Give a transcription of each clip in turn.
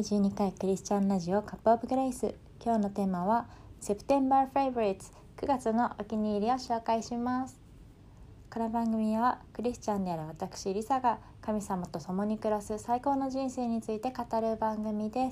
12回クリスチャンラジオカップオブグレイス。今日のテーマは September Favorites、 9月のお気に入りを紹介します。この番組はクリスチャンである私リサが神様と共に暮らす最高の人生について語る番組です。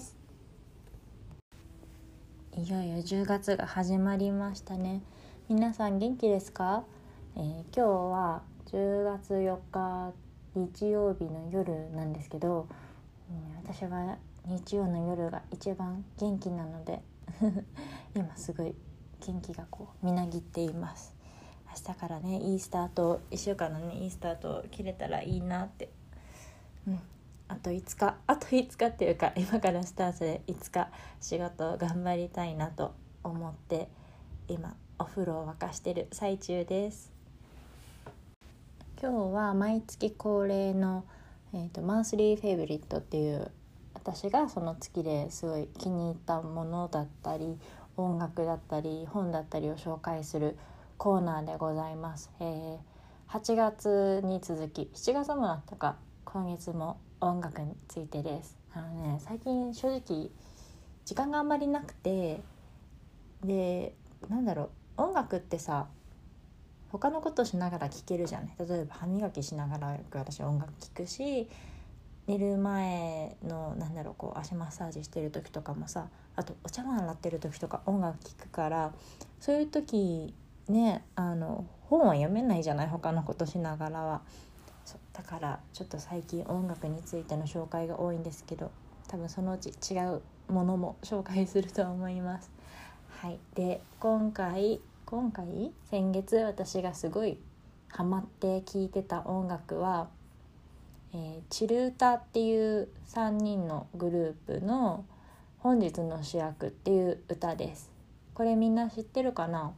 いよいよ10月が始まりましたね。皆さん元気ですか？今日は10月4日日曜日の夜なんですけど、私は日曜の夜が一番元気なので今すごい元気がみなぎっています。明日からねいいスタート、1週間のねいいスタート切れたらいいなって、あと5日っていうか今からスタートで5日仕事を頑張りたいなと思って今お風呂を沸かしてる最中です。今日は毎月恒例の、マンスリーフェイブリットっていう私がその月ですごい気に入ったものだったり音楽だったり本だったりを紹介するコーナーでございます。8月に続き7月もなったか今月も音楽についてです。最近正直時間があんまりなくて、で音楽ってさ他のことしながら聴けるじゃない。例えば歯磨きしながら私音楽聴くし、寝る前の足マッサージしてる時とかもさ、あとお茶碗洗ってる時とか音楽聴くから、そういう時ね本は読めないじゃない、他のことしながらは。だからちょっと最近音楽についての紹介が多いんですけど、多分そのうち違うものも紹介すると思います。はい。で今回先月私がすごいハマって聴いてた音楽は、チル歌っていう3人のグループの本日の主役っていう歌です。これみんな知ってるかな？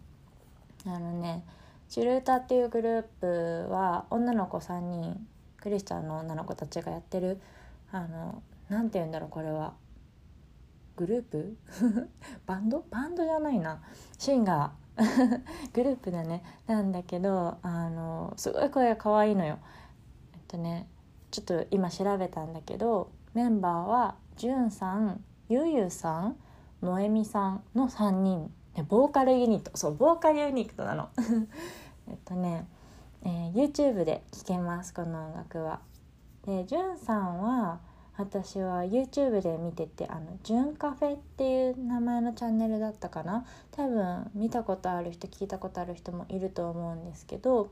チル歌っていうグループは女の子3人、クリスチャンの女の子たちがやってるなんて言うんだろう、これはグループバンドじゃないな、シンガーグループだね。なんだけどすごい声が可愛いのよ。ちょっと今調べたんだけど、メンバーはジュンさん、ゆゆさん、のえみさんの3人でボーカルユニットなのYouTube で聴けます、この音楽は。でジュンさんは私は YouTube で見てて、ジュンカフェっていう名前のチャンネルだったかな。多分見たことある人聞いたことある人もいると思うんですけど、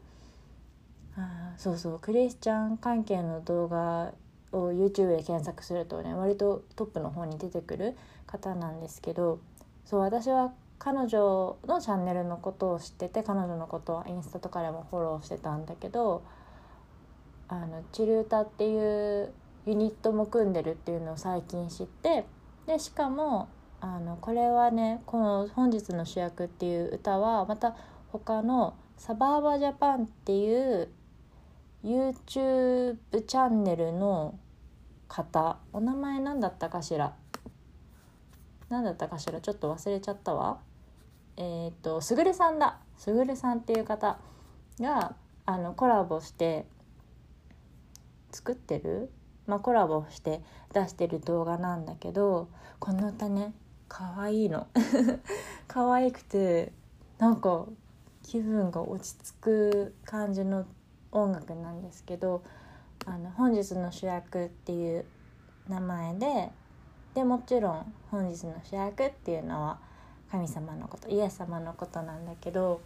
クリスチャン関係の動画を YouTube で検索するとね割とトップの方に出てくる方なんですけど、私は彼女のチャンネルのことを知ってて、彼女のことはインスタとかでもフォローしてたんだけど、チル歌っていうユニットも組んでるっていうのを最近知って、でしかもこれはね、この本日の主役っていう歌はまた他のサバーバジャパンっていう YouTube チャンネルの方、お名前何だったかしらちょっと忘れちゃったわ。すぐるさんっていう方がコラボして作ってる、コラボして出してる動画なんだけど、この歌ね可愛いの可愛くて気分が落ち着く感じの音楽なんですけど、本日の主役っていう名前でもちろん本日の主役っていうのは神様のこと、イエス様のことなんだけど、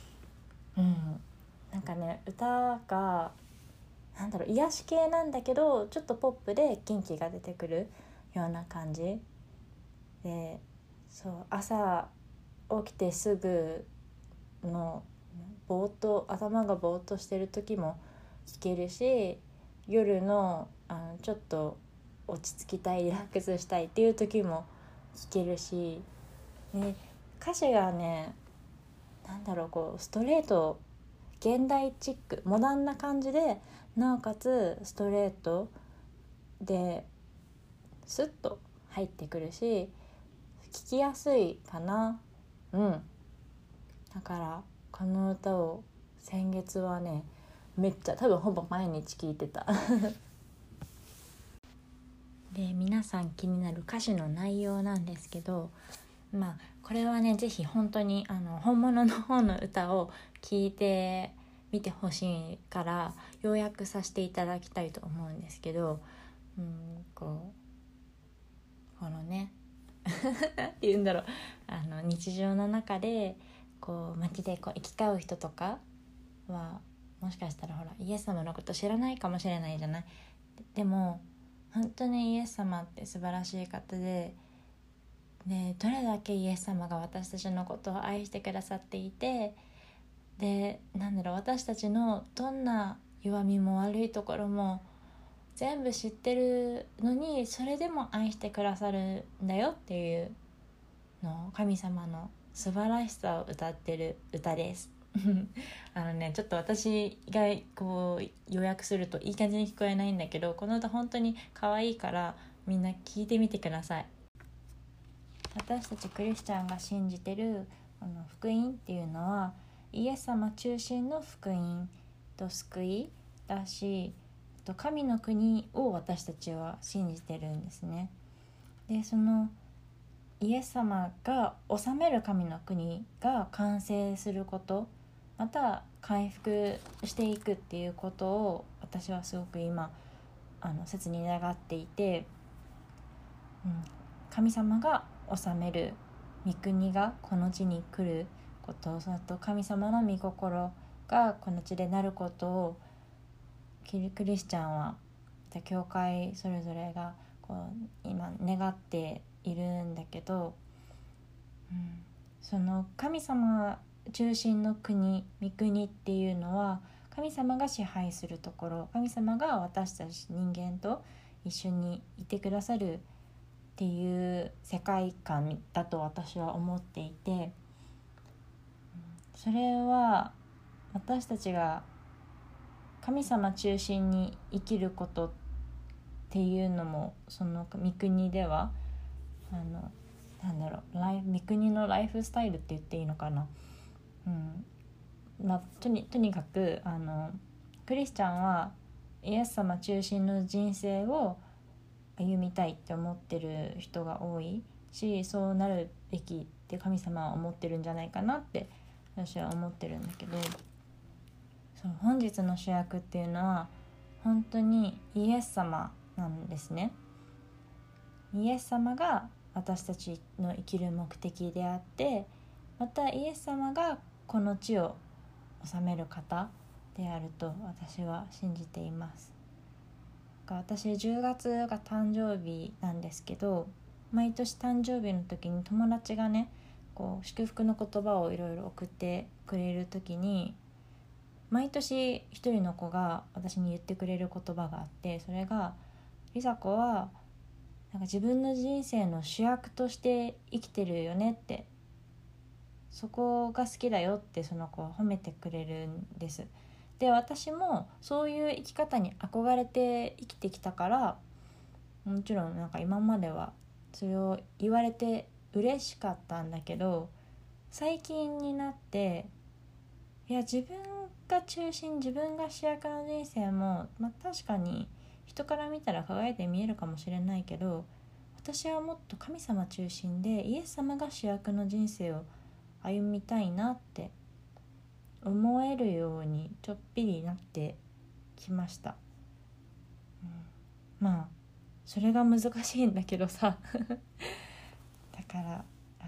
歌が癒し系なんだけどちょっとポップで元気が出てくるような感じで、朝起きてすぐの頭がぼーっとしてる時も聴けるし、夜のちょっと落ち着きたい、リラックスしたいっていう時も聴けるし、歌詞がねストレート、現代チック、モダンな感じでなおかつストレートでスッと入ってくるし聞きやすいかな。だからこの歌を先月はねめっちゃ多分ほぼ毎日聴いてたで皆さん気になる歌詞の内容なんですけど、これはねぜひ本当に本物の方の歌を聴いてみてほしいから要約させていただきたいと思うんですけど、このねなんて言うんだろう、日常の中で街で行き交う人とかはもしかしたらイエス様のこと知らないかもしれないじゃない。でも本当にイエス様って素晴らしい方で、どれだけイエス様が私たちのことを愛してくださっていて、で私たちのどんな弱みも悪いところも全部知ってるのに、それでも愛してくださるんだよっていうの神様の素晴らしさを歌ってる歌ですちょっと私が要約するといい感じに聞こえないんだけど、この歌本当に可愛いからみんな聞いてみてください。私たちクリスチャンが信じてる福音っていうのはイエス様中心の福音と救いだし、神の国を私たちは信じてるんですね。でそのイエス様が治める神の国が完成すること、また回復していくっていうことを私はすごく今切に願っていて、神様が治める御国がこの地に来ること、そのと神様の御心がこの地でなることをクリスチャンは教会それぞれが今願っているんだけど、その神様中心の国、御国っていうのは神様が支配するところ、神様が私たち人間と一緒にいてくださるっていう世界観だと私は思っていて、それは私たちが神様中心に生きることっていうのもその御国では御国のライフスタイルって言っていいのかな、とにかくクリスチャンはイエス様中心の人生を歩みたいって思ってる人が多いし、そうなるべきって神様は思ってるんじゃないかなって私は思ってるんだけど、本日の主役っていうのは本当にイエス様なんですね。イエス様が私たちの生きる目的であって、またイエス様がこの地を治める方であると私は信じています。私10月が誕生日なんですけど、毎年誕生日の時に友達がね祝福の言葉をいろいろ送ってくれる時に、毎年一人の子が私に言ってくれる言葉があって、それがりさ子は自分の人生の主役として生きてるよねって、そこが好きだよってその子は褒めてくれるんです。で私もそういう生き方に憧れて生きてきたから、もちろん今まではそれを言われて嬉しかったんだけど、最近になって自分が中心、自分が主役の人生も、確かに人から見たら輝いて見えるかもしれないけど、私はもっと神様中心でイエス様が主役の人生を歩みたいなって思えるようにちょっぴりなってきました。それが難しいんだけどさだから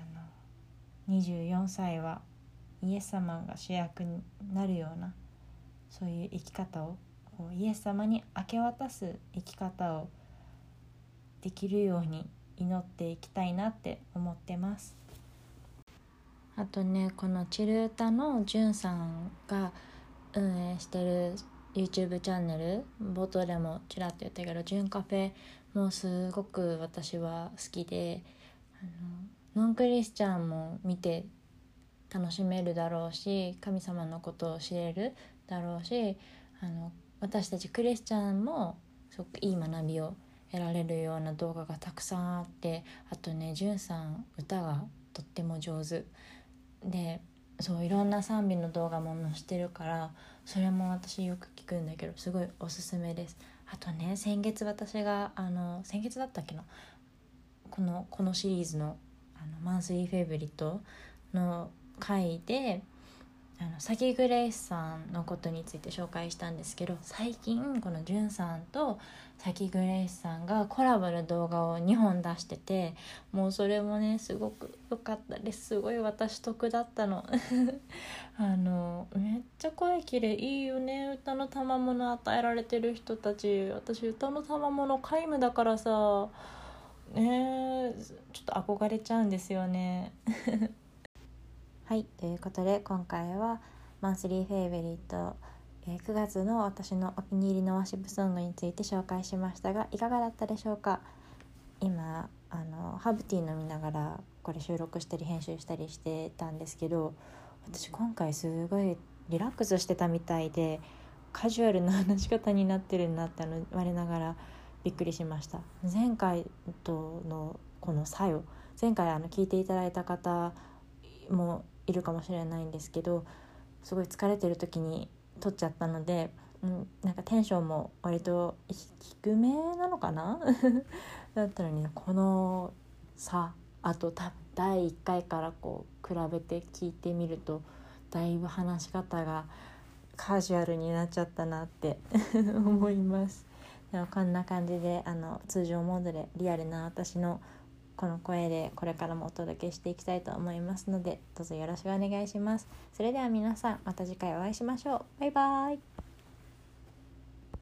24歳はイエス様が主役になるようなそういう生き方をイエス様に明け渡す生き方をできるように祈っていきたいなって思ってます。あとね、このチル歌のじゅんさんが運営してる YouTube チャンネル、冒頭でもちらっと言ったけどじゅんカフェもすごく私は好きで、ノンクリスチャンも見て楽しめるだろうし、神様のことを知れるだろうし、私たちクリスチャンもすごくいい学びを得られるような動画がたくさんあって、あとねじゅんさん歌がとっても上手で、いろんな賛美の動画も載せてるから、それも私よく聞くんだけどすごいおすすめです。 あとね、先月私が先月だったっけな、このシリーズのマンスリーフェイブリットの回でサギグレイスさんのことについて紹介したんですけど、最近このジュンさんとサギグレイスさんがコラボの動画を2本出してて、もうそれもねすごく良かったです。すごい私得だったのめっちゃ声きれいいよね。歌の賜物与えられてる人たち、私歌の賜物皆無だからさね、ちょっと憧れちゃうんですよねはい、ということで今回はマンスリーフェイブリット、9月の私のお気に入りのワーシップソングについて紹介しましたが、いかがだったでしょうか。今ハーブティー飲みながらこれ収録したり編集したりしてたんですけど、私今回すごいリラックスしてたみたいで、カジュアルな話し方になってるなって我ながらびっくりしました。前回とのこの作用、前回聞いていただいた方もいるかもしれないんですけど、すごい疲れてる時に撮っちゃったので、なんかテンションも割と低めなのかなだったのに、このさあと第1回からこう比べて聞いてみると、だいぶ話し方がカジュアルになっちゃったなって思います。でもこんな感じで通常モードでリアルな私のこの声でこれからもお届けしていきたいと思いますので、どうぞよろしくお願いします。それでは皆さん、また次回お会いしましょう。バイバイ。